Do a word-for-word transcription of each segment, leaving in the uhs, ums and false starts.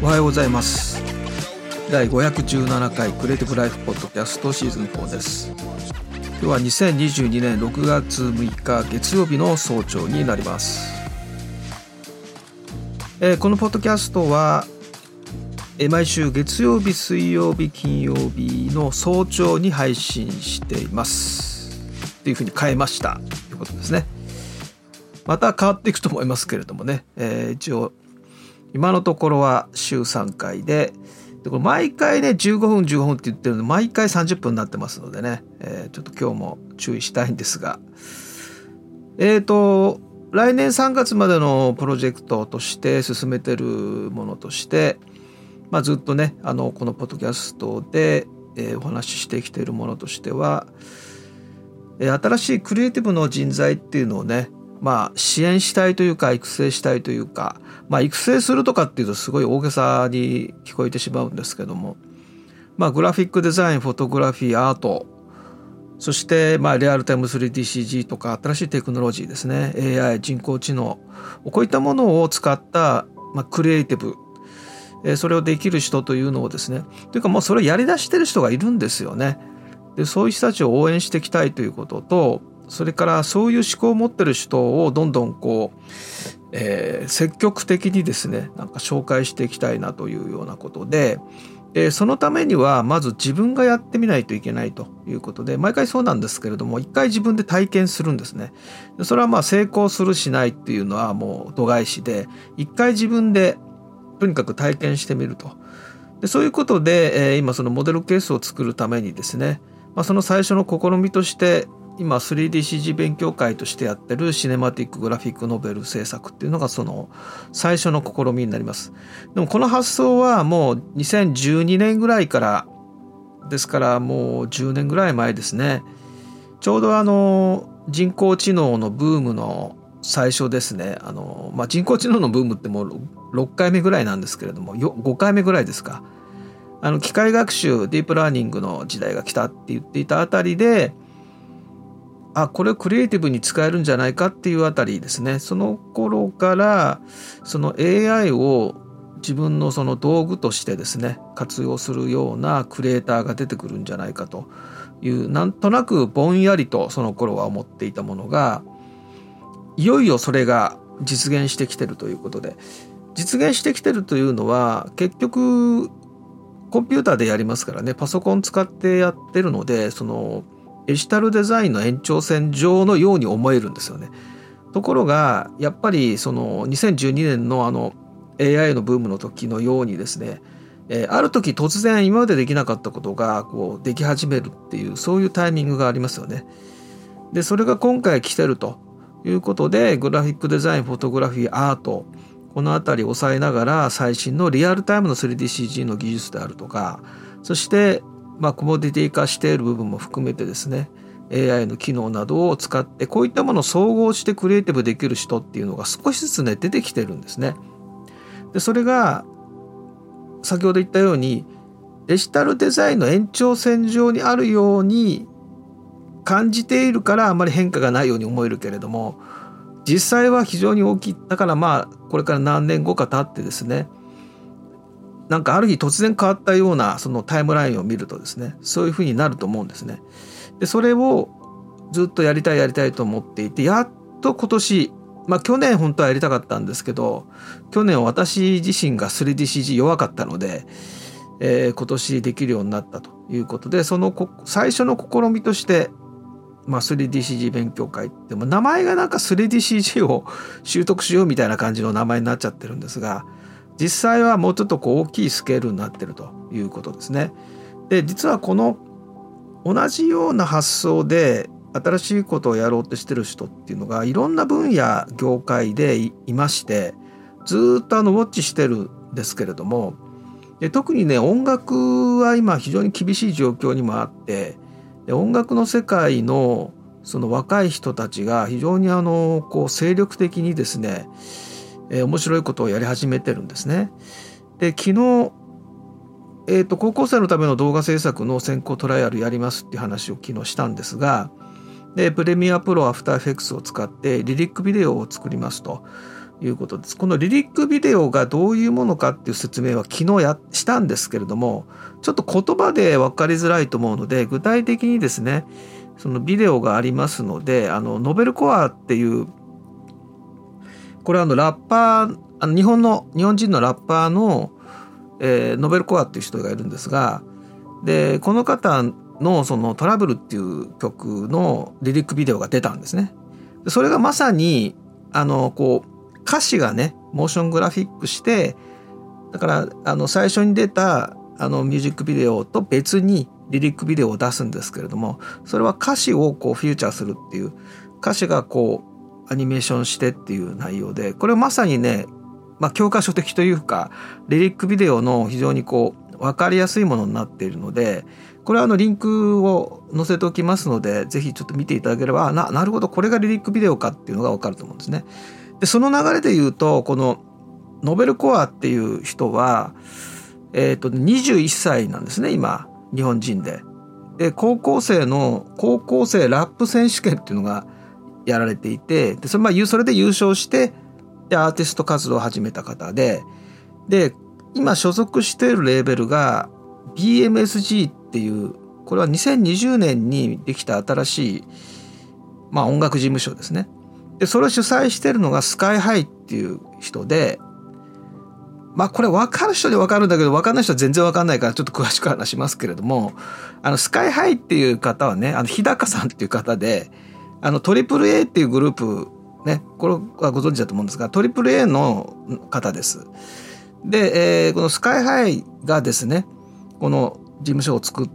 おはようございます。だいごひゃくじゅうななかいクリエイティブライフポッドキャストシーズンフォーです。今日はにせんにじゅうにねんろくがつむいか月曜日の早朝になります。えー、このポッドキャストは、えー、毎週月曜日、水曜日、金曜日の早朝に配信していますというふうに変えましたということですね。また変わっていくと思いますけれどもね、えー、一応今のところは週さんかいで、でこれ毎回ねじゅうごふんじゅうごふんって言ってるので毎回さんじゅっぷんになってますのでね、えー、ちょっと今日も注意したいんですが、えーと来年さんがつまでのプロジェクトとして進めてるものとして、まあ、ずっとねあのこのポッドキャストで、えー、お話ししてきているものとしては、えー、新しいクリエイティブの人材っていうのをね、まあ、支援したいというか育成したいというか、まあ、育成するとかっていうとすごい大げさに聞こえてしまうんですけども、まあ、グラフィックデザイン、フォトグラフィー、アート、そしてまあリアルタイム スリーディーシージー とか新しいテクノロジーですね、 エーアイ、 人工知能、こういったものを使ったまあクリエイティブ、それをできる人というのをですね、というかもうそれをやり出してる人がいるんですよね。でそういう人たちを応援していきたいということと、それからそういう思考を持ってる人をどんどんこう、えー、積極的にですねなんか紹介していきたいなというようなことで、でそのためにはまず自分がやってみないといけないということで、毎回そうなんですけれども、一回自分で体験するんですね。でそれはまあ成功するしないっていうのはもう度外視で、一回自分でとにかく体験してみると。でそういうことで、えー、今そのモデルケースを作るためにですね、まあ、その最初の試みとして今 スリーディーシージー 勉強会としてやってるシネマティックグラフィックノベル制作っていうのがその最初の試みになります。でもこの発想はもうにせんじゅうにねんぐらいからですから、もうじゅうねんぐらい前ですね。ちょうどあの人工知能のブームの最初ですね。あの、まあ、人工知能のブームってもうろっかいめぐらいなんですけれども、ごかいめぐらいですか。あの機械学習、ディープラーニングの時代が来たって言っていたあたりで、あ、これをクリエイティブに使えるんじゃないかっていうあたりですね。その頃からその エーアイ を自分のその道具としてですね活用するようなクリエイターが出てくるんじゃないかという、なんとなくぼんやりとその頃は思っていたものが、いよいよそれが実現してきてるということで、実現してきてるというのは結局コンピューターでやりますからね、パソコン使ってやってるので、そのデジタルデザインの延長線上のように思えるんですよね。ところがやっぱりそのにせんじゅうにねんのあの エーアイ のブームの時のようにですね、えー、ある時突然今までできなかったことがこうでき始めるっていう、そういうタイミングがありますよね。でそれが今回来てるということで、グラフィックデザイン、フォトグラフィー、アート、このあたりを抑えながら最新のリアルタイムの スリーディーシージー の技術であるとか、そしてまあ、コモディティ化している部分も含めてですね エーアイ の機能などを使ってこういったものを総合してクリエイティブできる人っていうのが少しずつね出てきてるんですね。でそれが先ほど言ったようにデジタルデザインの延長線上にあるように感じているからあまり変化がないように思えるけれども、実際は非常に大きい。だからまあこれから何年後か経ってですね、なんかある日突然変わったようなそのタイムラインを見るとですね、そういうふうになると思うんですね。でそれをずっとやりたいやりたいと思っていて、やっと今年、まあ去年本当はやりたかったんですけど、去年私自身が スリーディーシージー 弱かったので、えー、今年できるようになったということで、そのこ最初の試みとして、まあ、スリーディーシージー 勉強会っても名前がなんか スリーディーシージー を習得しようみたいな感じの名前になっちゃってるんですが、実際はもうちょっとこう大きいスケールになっているということですね。で実はこの同じような発想で新しいことをやろうとしてる人っていうのがいろんな分野業界で い, いまして、ずっとあのウォッチしてるんですけれども、で特にね音楽は今非常に厳しい状況にもあって、で音楽の世界のその若い人たちが非常にあのこう精力的にですね、えー、面白いことをやり始めてるんですね。で昨日、えーと、高校生のための動画制作の先行トライアルやりますっていう話を昨日したんですが、でプレミアプロアフターエフェクツを使ってリリックビデオを作りますということです。このリリックビデオがどういうものかっていう説明は昨日やしたんですけれども、ちょっと言葉で分かりづらいと思うので、具体的にですねそのビデオがありますので、あのノベルコアっていう、これはあのラッパー、あの日本の日本人のラッパーの、えー、ノベルコアっていう人がいるんですが、でこの方のそのトラブルっていう曲のリリックビデオが出たんですね。でそれがまさにあのこう歌詞がねモーショングラフィックして、だからあの最初に出たあのミュージックビデオと別にリリックビデオを出すんですけれども、それは歌詞をこうフューチャーするっていう、歌詞がこうアニメーションしてっていう内容で、これはまさにね、まあ、教科書的というかリリックビデオの非常にこう分かりやすいものになっているので、これはあのリンクを載せておきますので、ぜひちょっと見ていただければ、な、なるほどこれがリリックビデオかっていうのが分かると思うんですね。でその流れで言うと、このノベルコアっていう人は、えー、とにじゅういっさいなんですね今、日本人で。で高校生の高校生ラップ選手権っていうのがやられていて、でそれ、まあ、それで優勝してでアーティスト活動を始めた方で、で今所属しているレーベルが ビーエムエスジー っていう、これはにせんにじゅうねんにできた新しい、まあ、音楽事務所ですね。でそれを主催しているのがスカイハイっていう人で、まあこれ分かる人に分かるんだけど分かんない人は全然分かんないからちょっと詳しく話しますけれども、あのスカイハイっていう方はね、あの日高さんっていう方で、あのトリプル A っていうグループね、これはご存知だと思うんですが、トリプル A の方です。で、えー、このスカイハイがですねこの事務所を作って、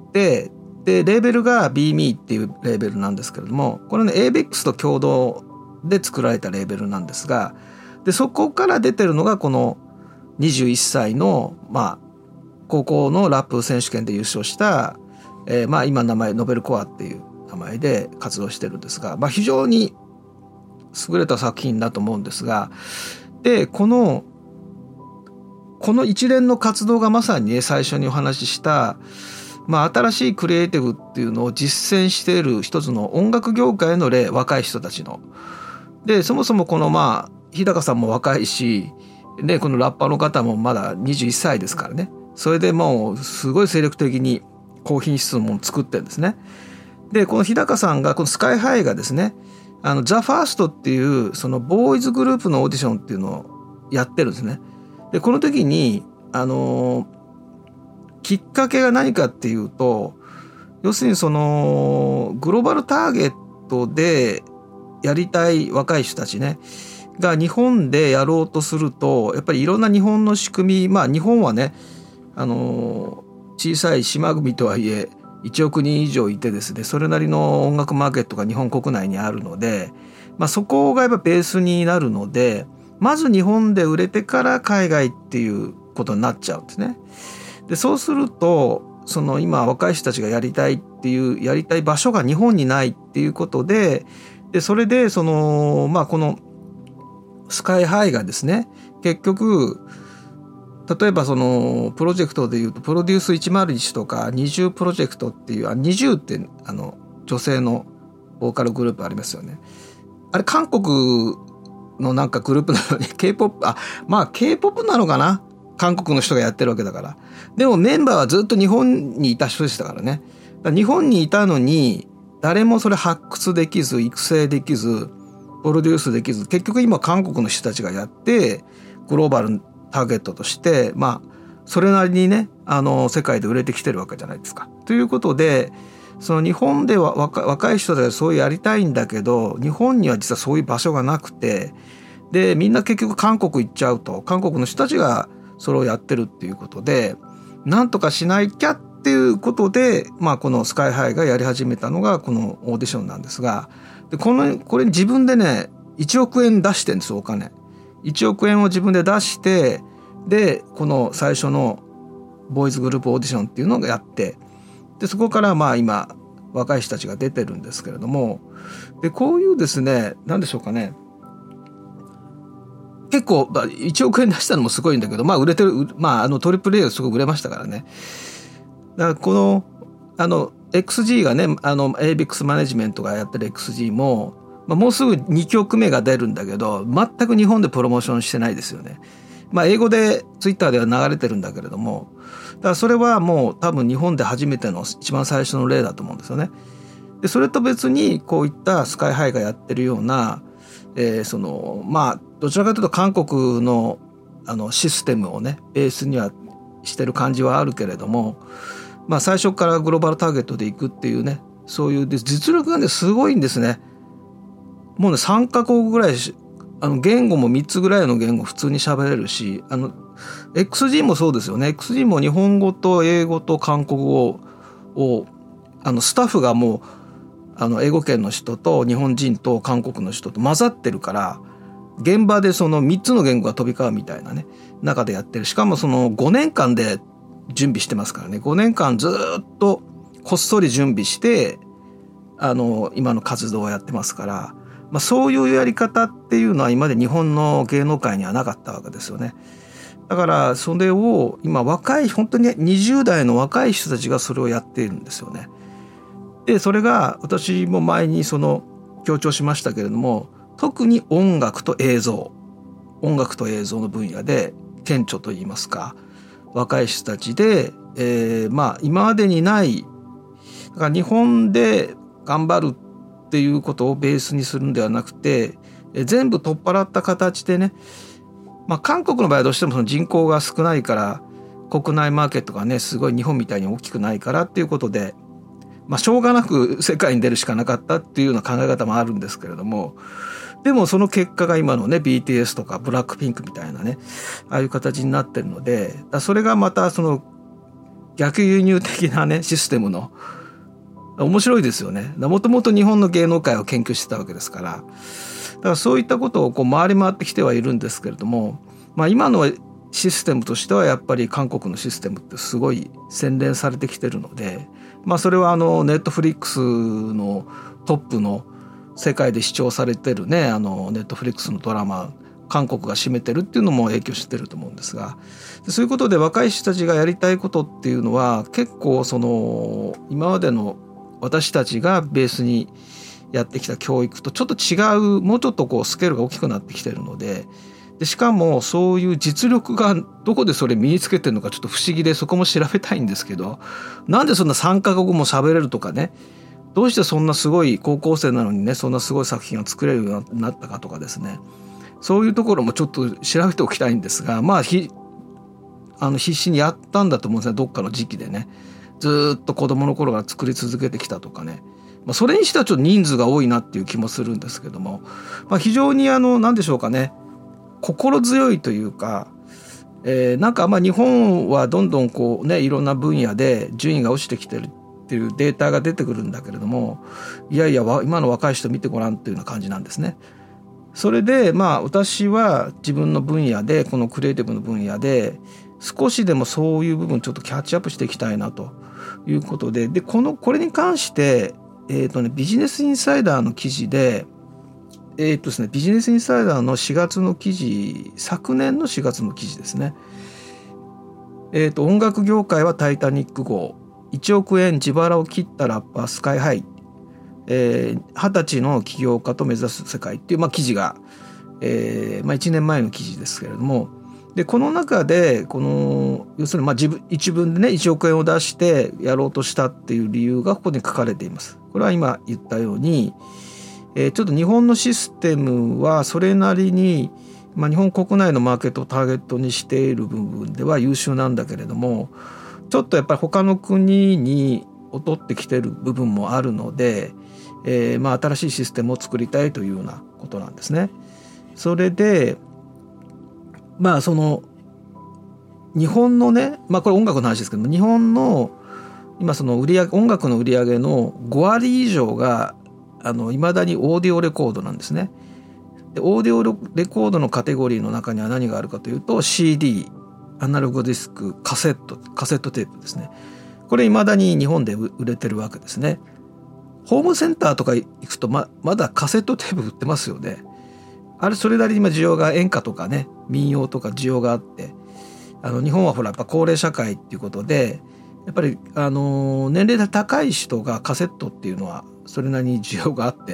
でレーベルが ビーミー っていうレーベルなんですけれども、これね エイベックス と共同で作られたレーベルなんですが、でそこから出てるのがこのにじゅういっさいの、まあ、高校のラップ選手権で優勝した、えーまあ、今名前ノベルコアっていう名前で活動してるんですが、まあ、非常に優れた作品だと思うんですが、でこのこの一連の活動がまさにね最初にお話しした、まあ、新しいクリエイティブっていうのを実践している一つの音楽業界の例、若い人たちの。でそもそもこのまあ日高さんも若いし、でこのラッパーの方もまだにじゅういっさいですからね、それでもうすごい精力的に高品質のものを作ってるんですね。でこの日高さんがこのスカイハイがですね、あのザ・ファーストっていうそのボーイズグループのオーディションっていうのをやってるんですね。でこの時にあのきっかけが何かっていうと、要するにそのグローバルターゲットでやりたい若い人たちねが日本でやろうとすると、やっぱりいろんな日本の仕組み、まあ日本はねあの小さい島国とはいえいちおくにん以上いてですね、それなりの音楽マーケットが日本国内にあるので、まあ、そこがやっぱベースになるので、まず日本で売れてから海外っていうことになっちゃうんですね。でそうするとその今若い人たちがやりたいっていうやりたい場所が日本にないっていうことで、でそれでそのまあこのスカイハイがですね、結局例えばそのプロジェクトでいうとプロデュースいちまるいちとかにじゅうプロジェクトっていう、あにじゅうってあの女性のボーカルグループありますよね。あれ韓国のなんかグループなのに K-ポップ、あまあ K-ポップなのかな、韓国の人がやってるわけだから。でもメンバーはずっと日本にいた人でしたからね。だから日本にいたのに誰もそれ発掘できず育成できずプロデュースできず、結局今韓国の人たちがやってグローバルターゲットとしてまあそれなりにねあの世界で売れてきてるわけじゃないですか。ということでその日本では 若, 若い人たちがそうやりたいんだけど、日本には実はそういう場所がなくて、でみんな結局韓国行っちゃうと、韓国の人たちがそれをやってるっていうことで、なんとかしなきゃっていうことで、まあ、このスカイハイがやり始めたのがこのオーディションなんですが、でこのこれ自分でねいちおくえん出してるんですよ、お金いちおくえんを自分で出して、でこの最初のボーイズグループオーディションっていうのをやって、でそこからまあ今若い人たちが出てるんですけれども、でこういうですね、何でしょうかね、結構いちおくえん出したのもすごいんだけど、まあ売れてる、まああのトリプル A がすごく売れましたからね。だからこのあの エックスジー がね、あの エイベックス マネジメントがやってる エックスジー も、 まあ、もうすぐにきょくめが出るんだけど全く日本でプロモーションしてないですよね。まあ、英語でツイッターでは流れてるんだけれども、だからそれはもう多分日本で初めての一番最初の例だと思うんですよね。でそれと別にこういったスカイハイがやってるような、えー、そのまあどちらかというと韓国のあのシステムをねベースにはしてる感じはあるけれども、まあ、最初からグローバルターゲットでいくっていうね、そういうで実力がねすごいんですね。もうねさんカ国ぐらいあの言語もみっつぐらいの言語普通に喋れるし、あの エックスジー もそうですよね。 エックスジー も日本語と英語と韓国語をあのスタッフがもうあの英語圏の人と日本人と韓国の人と混ざってるから、現場でそのみっつの言語が飛び交うみたいなね中でやってる。しかもそのごねんかんで準備してますからね。ごねんかんずっとこっそり準備してあの今の活動をやってますから、まあ、そういうやり方っていうのは今まで日本の芸能界にはなかったわけですよね。だからそれを今若い本当ににじゅう代の若い人たちがそれをやっているんですよね。でそれが私も前にその強調しましたけれども、特に音楽と映像音楽と映像の分野で顕著といいますか、若い人たちで、えー、まあ今までにないだから日本で頑張るっていうことをベースにするんではなくて、え全部取っ払った形でね、まあ、韓国の場合はどうしてもその人口が少ないから国内マーケットがねすごい日本みたいに大きくないからっていうことで、まあ、しょうがなく世界に出るしかなかったっていうような考え方もあるんですけれども、でもその結果が今のね ビーティーエス とかブラックピンクみたいなねああいう形になってるので、だそれがまたその逆輸入的なねシステムの面白いですよね。もともと日本の芸能界を研究してたわけですから、だからそういったことをこう回り回ってきてはいるんですけれども、まあ、今のシステムとしてはやっぱり韓国のシステムってすごい洗練されてきてるので、まあ、それはあのネットフリックスのトップの世界で視聴されてるねあのネットフリックスのドラマ韓国が占めてるっていうのも影響してると思うんですが、そういうことで若い人たちがやりたいことっていうのは結構その今までの私たちがベースにやってきた教育とちょっと違う、もうちょっとこうスケールが大きくなってきてるので、でしかもそういう実力がどこでそれ身につけてるのかちょっと不思議で、そこも調べたいんですけど、なんでそんなさんカ国も喋れるとかね、どうしてそんなすごい高校生なのにねそんなすごい作品を作れるようになったかとかですね、そういうところもちょっと調べておきたいんですが、まあひあの必死にやったんだと思うんですね。どっかの時期でねずっと子供の頃から作り続けてきたとかね、まあ、それにしてはちょっと人数が多いなっていう気もするんですけども、まあ、非常にあの何でしょうかね、心強いというか、えー、なんかまあ日本はどんどんこうねいろんな分野で順位が落ちてきてるっていうデータが出てくるんだけれども、いやいや今の若い人見てごらんっていうような感じなんですね。それでまあ私は自分の分野でこのクリエイティブの分野で少しでもそういう部分ちょっとキャッチアップしていきたいなということで、でこのこれに関してえーとね、ビジネスインサイダーの記事で、えーとですね、ビジネスインサイダーのしがつの記事、昨年のしがつの記事ですね。えーと、音楽業界はタイタニック号、いちおくえん自腹を切ったラッパースカイハイ、えー、はたちの起業家と目指す世界っていう、まあ、記事が、えーまあ、いちねんまえの記事ですけれども、でこの中でこの要するにまあ自分一文でねいちおくえんを出してやろうとしたっていう理由がここに書かれています。これは今言ったように、えー、ちょっと日本のシステムはそれなりに、まあ、日本国内のマーケットをターゲットにしている部分では優秀なんだけれども、ちょっとやっぱり他の国に劣ってきてる部分もあるので、えーまあ、新しいシステムを作りたいというようなことなんですね。それでまあその日本のね、まあこれ音楽の話ですけども、日本の今その売り上げ音楽の売り上げのごわり以上があの未だにオーディオレコードなんですね。でオーディオレコードのカテゴリーの中には何があるかというと シーディー、アナログディスク、カセット、カセットテープですね。これ未だに日本で売れてるわけですね。ホームセンターとか行くと ま, まだカセットテープ売ってますよね。あれそれなりに今需要が演歌とかね民謡とか需要があって、あの日本はほらやっぱ高齢社会っていうことでやっぱりあの年齢が高い人がカセットっていうのはそれなりに需要があって、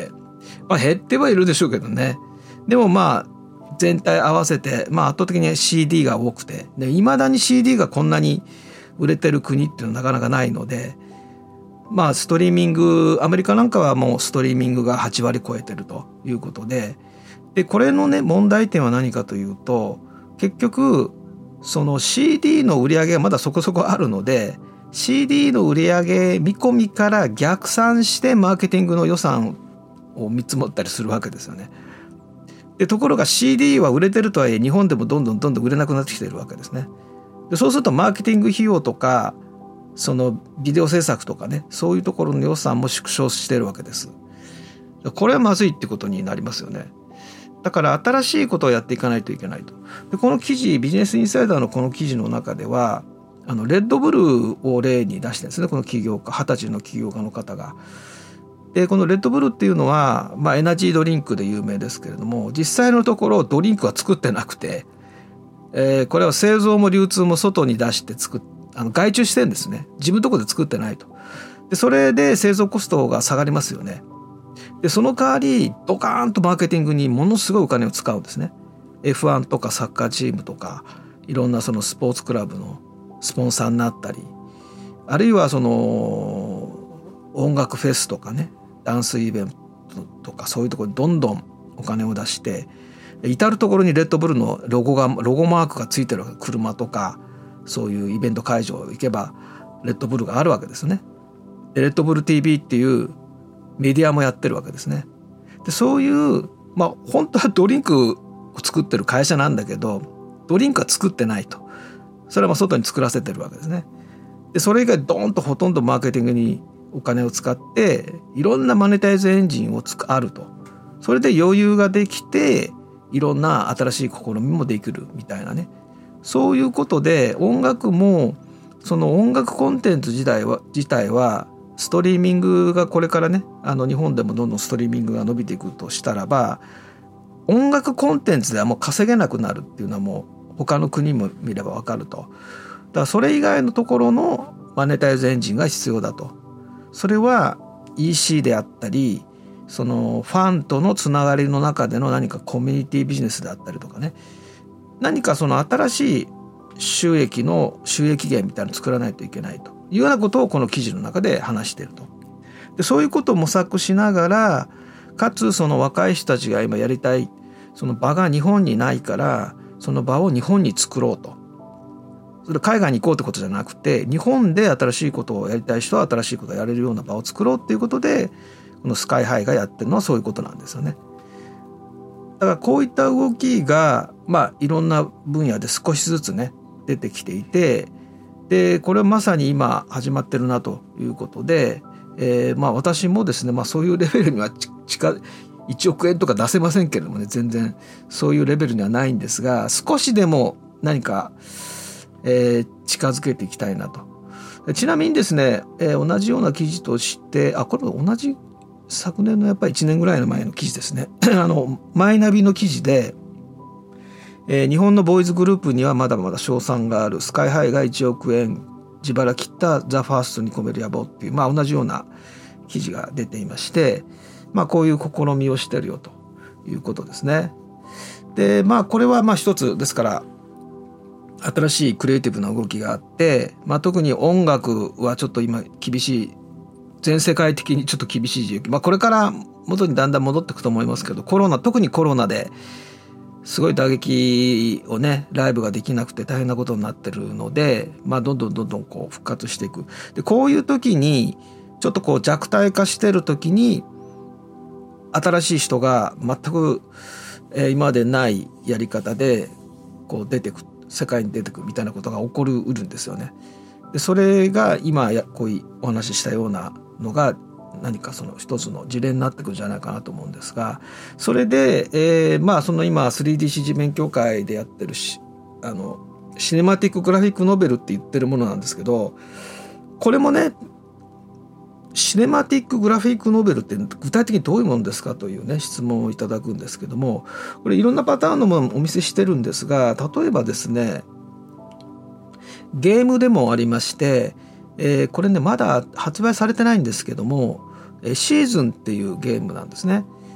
まあ、減ってはいるでしょうけどね。でもまあ全体合わせて、まあ、圧倒的に シーディー が多くて、で未だに シーディー がこんなに売れてる国っていうのはなかなかないので、まあストリーミング、アメリカなんかはもうストリーミングがはちわり超えてるということで、でこれのね問題点は何かというと、結局その シーディー の売り上げがまだそこそこあるので、 シーディー の売り上げ見込みから逆算してマーケティングの予算を見積もったりするわけですよね。でところが シーディー は売れてるとはいえ日本でもどんどんどんどん売れなくなってきてるわけですね。でそうするとマーケティング費用とかそのビデオ制作とかね、そういうところの予算も縮小してるわけです。これはまずいってことになりますよね。だから新しいことをやっていかないといけないと。でこの記事、ビジネスインサイダーのこの記事の中ではあのレッドブルを例に出してるんですね、この起業家、二十歳の起業家の方が。でこのレッドブルっていうのは、まあ、エナジードリンクで有名ですけれども、実際のところドリンクは作ってなくて、えー、これは製造も流通も外に出して作っあの外注してるんですね。自分のところで作ってないと。でそれで製造コストが下がりますよね。でその代わりドカーンとマーケティングにものすごいお金を使うんですね。 エフワン とかサッカーチームとかいろんなそのスポーツクラブのスポンサーになったり、あるいはその音楽フェスとかね、ダンスイベントとかそういうところにどんどんお金を出して、至る所にレッドブルのロゴがロゴマークがついてる車とか、そういうイベント会場行けばレッドブルがあるわけですね。でレッドブル ティーブイ っていうメディアもやってるわけですね。でそういうまあ本当はドリンクを作ってる会社なんだけど、ドリンクは作ってないと。それはまあ外に作らせてるわけですね。でそれ以外ドーンとほとんどマーケティングにお金を使っていろんなマネタイズエンジンをあると。それで余裕ができていろんな新しい試みもできるみたいなね、そういうことで音楽もその音楽コンテンツ自体は自体はストリーミングがこれからね、あの日本でもどんどんストリーミングが伸びていくとしたらば、音楽コンテンツではもう稼げなくなるっていうのはもう他の国も見れば分かると。だからそれ以外のところのマネタイズエンジンが必要だと。それは イーシー であったり、そのファンとのつながりの中での何かコミュニティビジネスであったりとかね、何かその新しい収益の収益源みたいなのを作らないといけないというようなことをこの記事の中で話していると。でそういうことを模索しながら、かつその若い人たちが今やりたいその場が日本にないから、その場を日本に作ろうと。それ海外に行こうってことじゃなくて、日本で新しいことをやりたい人は新しいことをやれるような場を作ろうっていうことで、このスカイハイがやってるのはそういうことなんですよね。だからこういった動きがまあいろんな分野で少しずつね出てきていて、でこれはまさに今始まってるなということで、えー、まあ私もですね、まあ、そういうレベルには近いちおくえんとか出せませんけれどもね、全然そういうレベルにはないんですが、少しでも何か、えー、近づけていきたいなと。ちなみにですね、えー、同じような記事としてあこれ同じ昨年のやっぱりいちねんぐらいの前の記事ですねあのマイナビの記事で、えー、日本のボーイズグループにはまだまだ勝算がある、スカイハイがいちおくえん自腹切ったザ・ファーストに込める野望っていう、まあ、同じような記事が出ていまして、まあ、こういう試みをしてるよということですね。でまあこれはまあ一つですから、新しいクリエイティブな動きがあって、まあ、特に音楽はちょっと今厳しい、全世界的にちょっと厳しい時期、まあ、これから元にだんだん戻っていくと思いますけど、コロナ特にコロナですごい打撃をね、ライブができなくて大変なことになってるので、まあ、どんどんどんどんこう復活していく。でこういう時にちょっとこう弱体化してる時に新しい人が全く、えー、今までないやり方でこう出てく、世界に出てくみたいなことが起こるうるんですよね。でそれが今やこういうお話ししたようなのが何かその一つの事例になってくるんじゃないかなと思うんですが、それで、えー、まあその今 スリーディーシージー 勉強会でやってるし、あのシネマティックグラフィックノベルって言ってるものなんですけど、これもね、シネマティックグラフィックノベルって具体的にどういうものですかというね質問をいただくんですけども、これいろんなパターンのものをお見せしてるんですが、例えばですね、ゲームでもありまして、えー、これねまだ発売されてないんですけども、シーズンっていうゲームなんですね。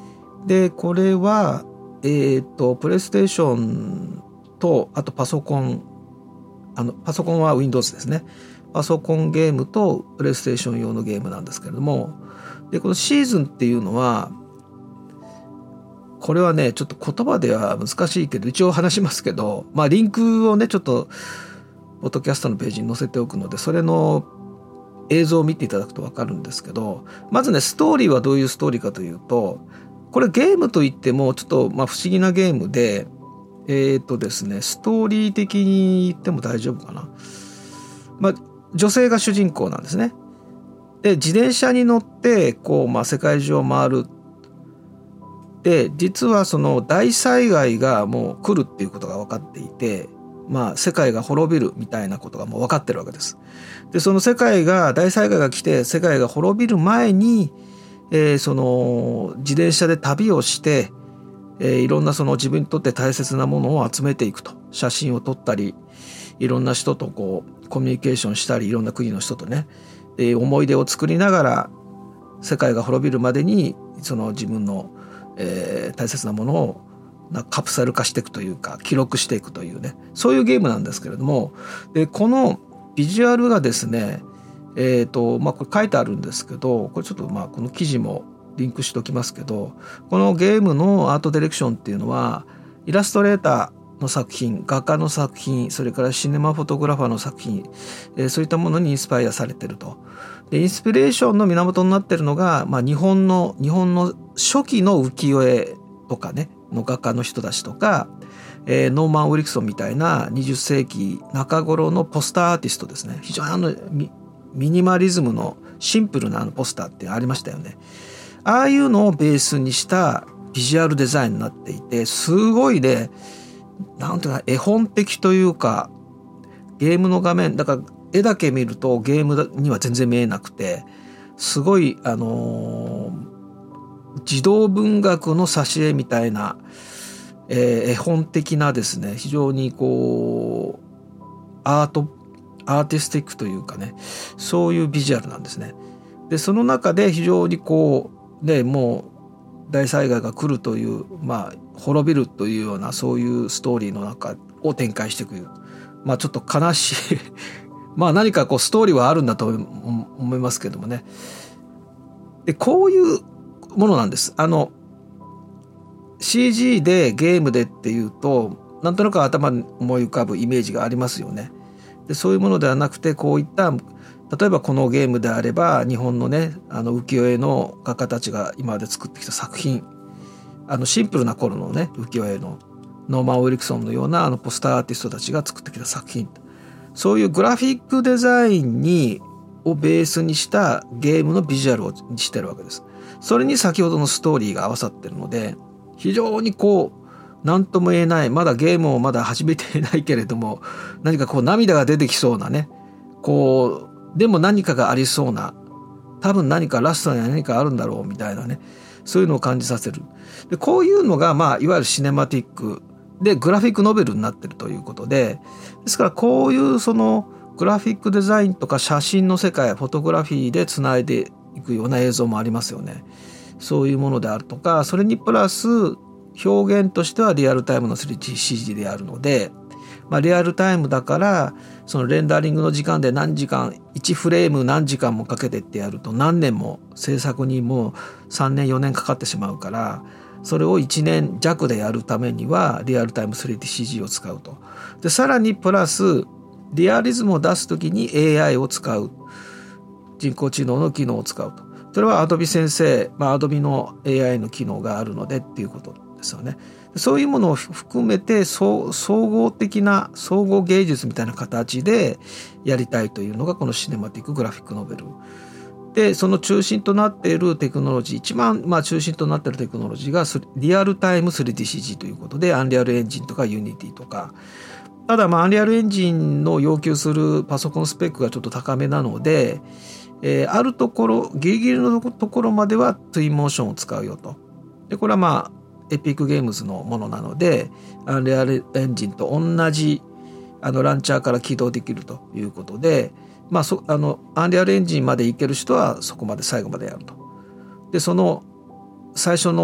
でこれはえっとプレイステーションとあとパソコン、あのパソコンは Windows ですね。パソコンゲームとプレイステーション用のゲームなんですけれども、でこのシーズンっていうのはこれはねちょっと言葉では難しいけど一応話しますけど、まあリンクをねちょっとポッドキャストのページに載せておくのでそれの映像を見ていただくと分かるんですけど、まずねストーリーはどういうストーリーかというと、これゲームといってもちょっとまあ不思議なゲームで、えーとですねストーリー的に言っても大丈夫かな。まあ女性が主人公なんですね。で自転車に乗ってこう、まあ、世界中を回る。で実はその大災害がもう来るっていうことが分かっていて、まあ世界が滅びるみたいなことがもう分かってるわけです。でその世界が大災害が来て世界が滅びる前に、えー、その自転車で旅をして、えー、いろんなその自分にとって大切なものを集めていくと、写真を撮ったりいろんな人とこうコミュニケーションしたりいろんな国の人とね、で思い出を作りながら世界が滅びるまでにその自分の、えー、大切なものをカプセル化していくというか記録していくというね、そういうゲームなんですけれども、でこのビジュアルがですねえーとまあこれ書いてあるんですけど、これちょっとまあこの記事もリンクしておきますけど、このゲームのアートディレクションっていうのはイラストレーターの作品、画家の作品、それからシネマフォトグラファーの作品、えー、そういったものにインスパイアされてると。でインスピレーションの源になってるのが、まあ、日本の日本の初期の浮世絵とかねの画家の人たちとか、えー、ノーマン・ウィリクソンみたいなにじゅっ世紀中頃のポスターアーティストですね。非常にあの ミ, ミニマリズムのシンプルなあのポスターってありましたよね。ああいうのをベースにしたビジュアルデザインになっていて、すごいねなんていうか絵本的というか、ゲームの画面だから絵だけ見るとゲームには全然見えなくて、すごいあのー、児童文学の挿絵みたいな、えー、絵本的なですね、非常にこうアートアーティスティックというかね、そういうビジュアルなんですね。でその中で非常にこうねもう大災害が来るという、まあ滅びるというようなそういうストーリーの中を展開していく、まあちょっと悲しいまあ何かこうストーリーはあるんだと思いますけどもね。でこういうものなんです。あの シージー でゲームでっていうとなんとなく頭に思い浮かぶイメージがありますよね。でそういうものではなくて、こういった例えばこのゲームであれば日本のねあの浮世絵の画家たちが今まで作ってきた作品、あのシンプルな頃のね浮世絵のノーマン・ウィリクソンのようなあのポスターアーティストたちが作ってきた作品、そういうグラフィックデザインにをベースにしたゲームのビジュアルをしてるわけです。それに先ほどのストーリーが合わさってるので、非常にこう何とも言えない、まだゲームをまだ始めていないけれども何かこう涙が出てきそうなね、こうでも何かがありそうな、多分何かラストに何かあるんだろうみたいなね、そういうのを感じさせる。でこういうのがまあいわゆるシネマティックでグラフィックノベルになってるということで、ですからこういうそのグラフィックデザインとか写真の世界、フォトグラフィーでつないでいくような映像もありますよね。そういうものであるとか、それにプラス表現としてはリアルタイムの スリーディーシージー であるので、まあ、リアルタイムだからそのレンダリングの時間で何時間いちフレーム何時間もかけてってやると何年も制作にもうさんねんよねんかかってしまうから、それをいちねん弱でやるためにはリアルタイム スリーディーシージー を使うと。でさらにプラスリアリズムを出すときに エーアイ を使う、人工知能の機能を使うと。それは Adobe 先生、まあ、Adobe の エーアイ の機能があるのでっていうことですよね。そういうものを含めて総合的な総合芸術みたいな形でやりたいというのがこのシネマティックグラフィックノベルで、その中心となっているテクノロジー、一番まあ中心となっているテクノロジーがリアルタイム スリーディーシージー ということで、アンリアルエンジンとかユニティとか、ただまあアンリアルエンジンの要求するパソコンスペックがちょっと高めなので、えー、あるところギリギリのところまではツインモーションを使うよと。でこれはまあエピックゲームズのものなので、アンリアルエンジンと同じあのランチャーから起動できるということで、まあ、そあのアンリアルエンジンまでいける人はそこまで最後までやると。でその最初の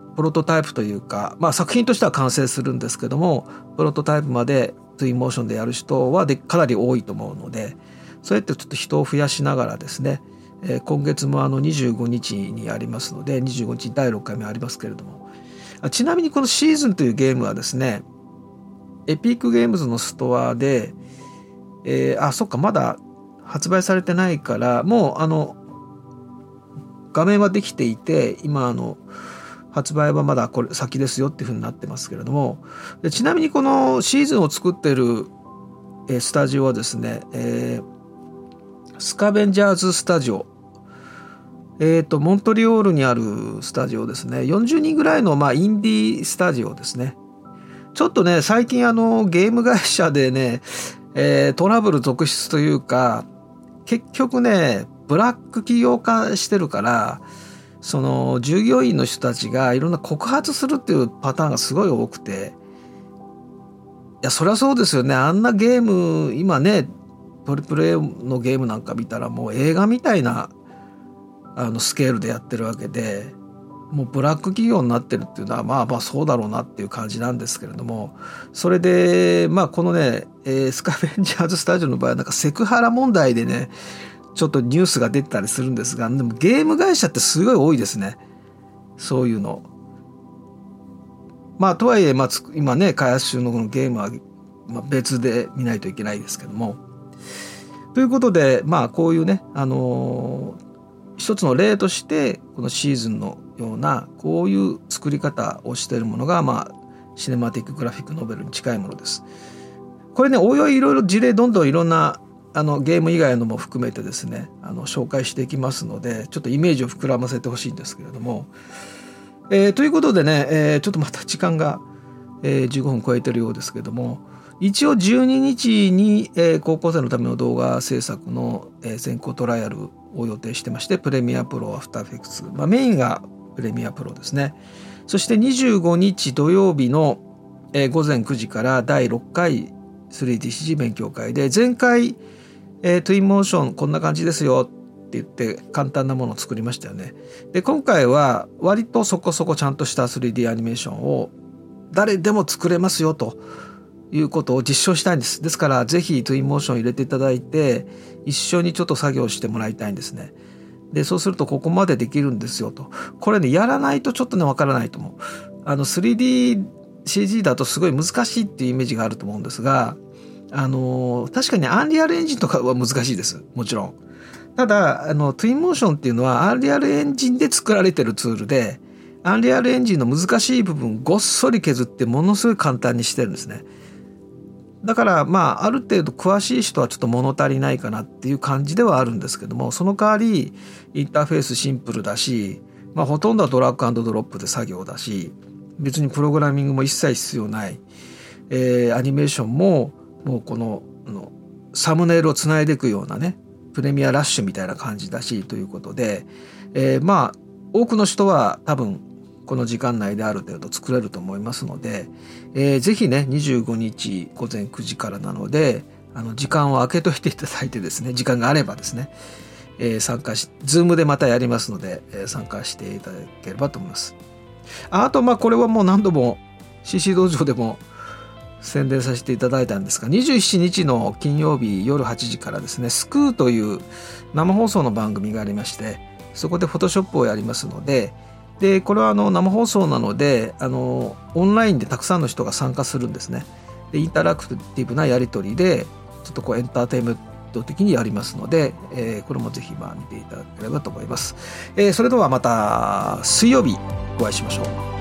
プロトタイプというか、まあ、作品としては完成するんですけども、プロトタイプまでツインモーションでやる人はでかなり多いと思うので、そうやってちょっと人を増やしながらですね、えー、今月もあのにじゅうごにちにありますので、にじゅうごにちだいろっかいめありますけれども、ちなみにこのシーズンというゲームはですね、エピックゲームズのストアで、えー、あ、そっか、まだ発売されてないから、もうあの画面はできていて、今あの発売はまだこれ先ですよっていうふうになってますけれども、でちなみにこのシーズンを作っている、えー、スタジオはですね、えー、スカベンジャーズスタジオ、えーと、モントリオールにあるスタジオですね。よんじゅうにんぐらいの、まあ、インディースタジオですね。ちょっとね、最近あのゲーム会社でね、えー、トラブル続出というか、結局ね、ブラック企業化してるから、その従業員の人たちがいろんな告発するっていうパターンがすごい多くて、いや、そりゃそうですよね。あんなゲーム、今ね、トリプル A のゲームなんか見たらもう映画みたいなあのスケールでやってるわけで、もうブラック企業になってるっていうのはまあまあそうだろうなっていう感じなんですけれども、それでまあこのね、えー、スカベンジャーズスタジオの場合はなんかセクハラ問題でねちょっとニュースが出てたりするんですが、でもゲーム会社ってすごい多いですね、そういうの。まあとはいえ、まあ、今ね開発中のこのゲームは別で見ないといけないですけども、ということでまあこういうね、あのー一つの例としてこのシーズンのようなこういう作り方をしているものが、まあシネマティックグラフィックノベルに近いものです。これね、おいおいいろいろ事例どんどんいろんなあのゲーム以外のも含めてですね、あの紹介していきますので、ちょっとイメージを膨らませてほしいんですけれども、えー、ということでね、えー、ちょっとまた時間が、えー、じゅうごふん超えてるようですけれども、一応じゅうににちに、えー、高校生のための動画制作の、えー、先行トライアルを予定してまして、プレミアプロ、アフターエフェクツ、まあ、メインがプレミアプロですね。そしてにじゅうごにち土曜日の、えー、ごぜんくじからだいろっかい スリーディーシージー 勉強会で、前回、えー、トゥインモーションこんな感じですよって言って簡単なものを作りましたよね。で今回は割とそこそこちゃんとした スリーディー アニメーションを誰でも作れますよということを実証したいんです。ですからぜひトゥインモーション入れていただいて一緒にちょっと作業してもらいたいんですね。でそうするとここまでできるんですよと。これね、やらないとちょっとねわからないと思う。あの スリーディーシージー だとすごい難しいっていうイメージがあると思うんですが、あの確かにアンリアルエンジンとかは難しいです、もちろん。ただあのトゥインモーションっていうのはアンリアルエンジンで作られてるツールで、アンリアルエンジンの難しい部分ごっそり削ってものすごい簡単にしてるんですね。だからまあある程度詳しい人はちょっと物足りないかなっていう感じではあるんですけども、その代わりインターフェースシンプルだし、まあ、ほとんどはドラッグ&ドロップで作業だし、別にプログラミングも一切必要ない、えー、アニメーションももうこののサムネイルをつないでいくようなね、プレミアラッシュみたいな感じだしということで、えー、まあ多くの人は多分この時間内である程度作れると思いますので、えー、ぜひねにじゅうごにちごぜんくじからなので、あの時間を空けといていただいてですね、時間があればですね、えー、参加し、ズームでまたやりますので、えー、参加していただければと思います。あ, あとまあこれはもう何度も シーシー 道場でも宣伝させていただいたんですが、にじゅうしちにちの金曜日夜はちじからですね、スクーという生放送の番組がありまして、そこでフォトショップをやりますので、でこれはあの生放送なので、あのオンラインでたくさんの人が参加するんですね。でインタラクティブなやり取りでちょっとこうエンターテインメント的にやりますので、えー、これもぜひまあ見ていただければと思います。えー、それではまた水曜日お会いしましょう。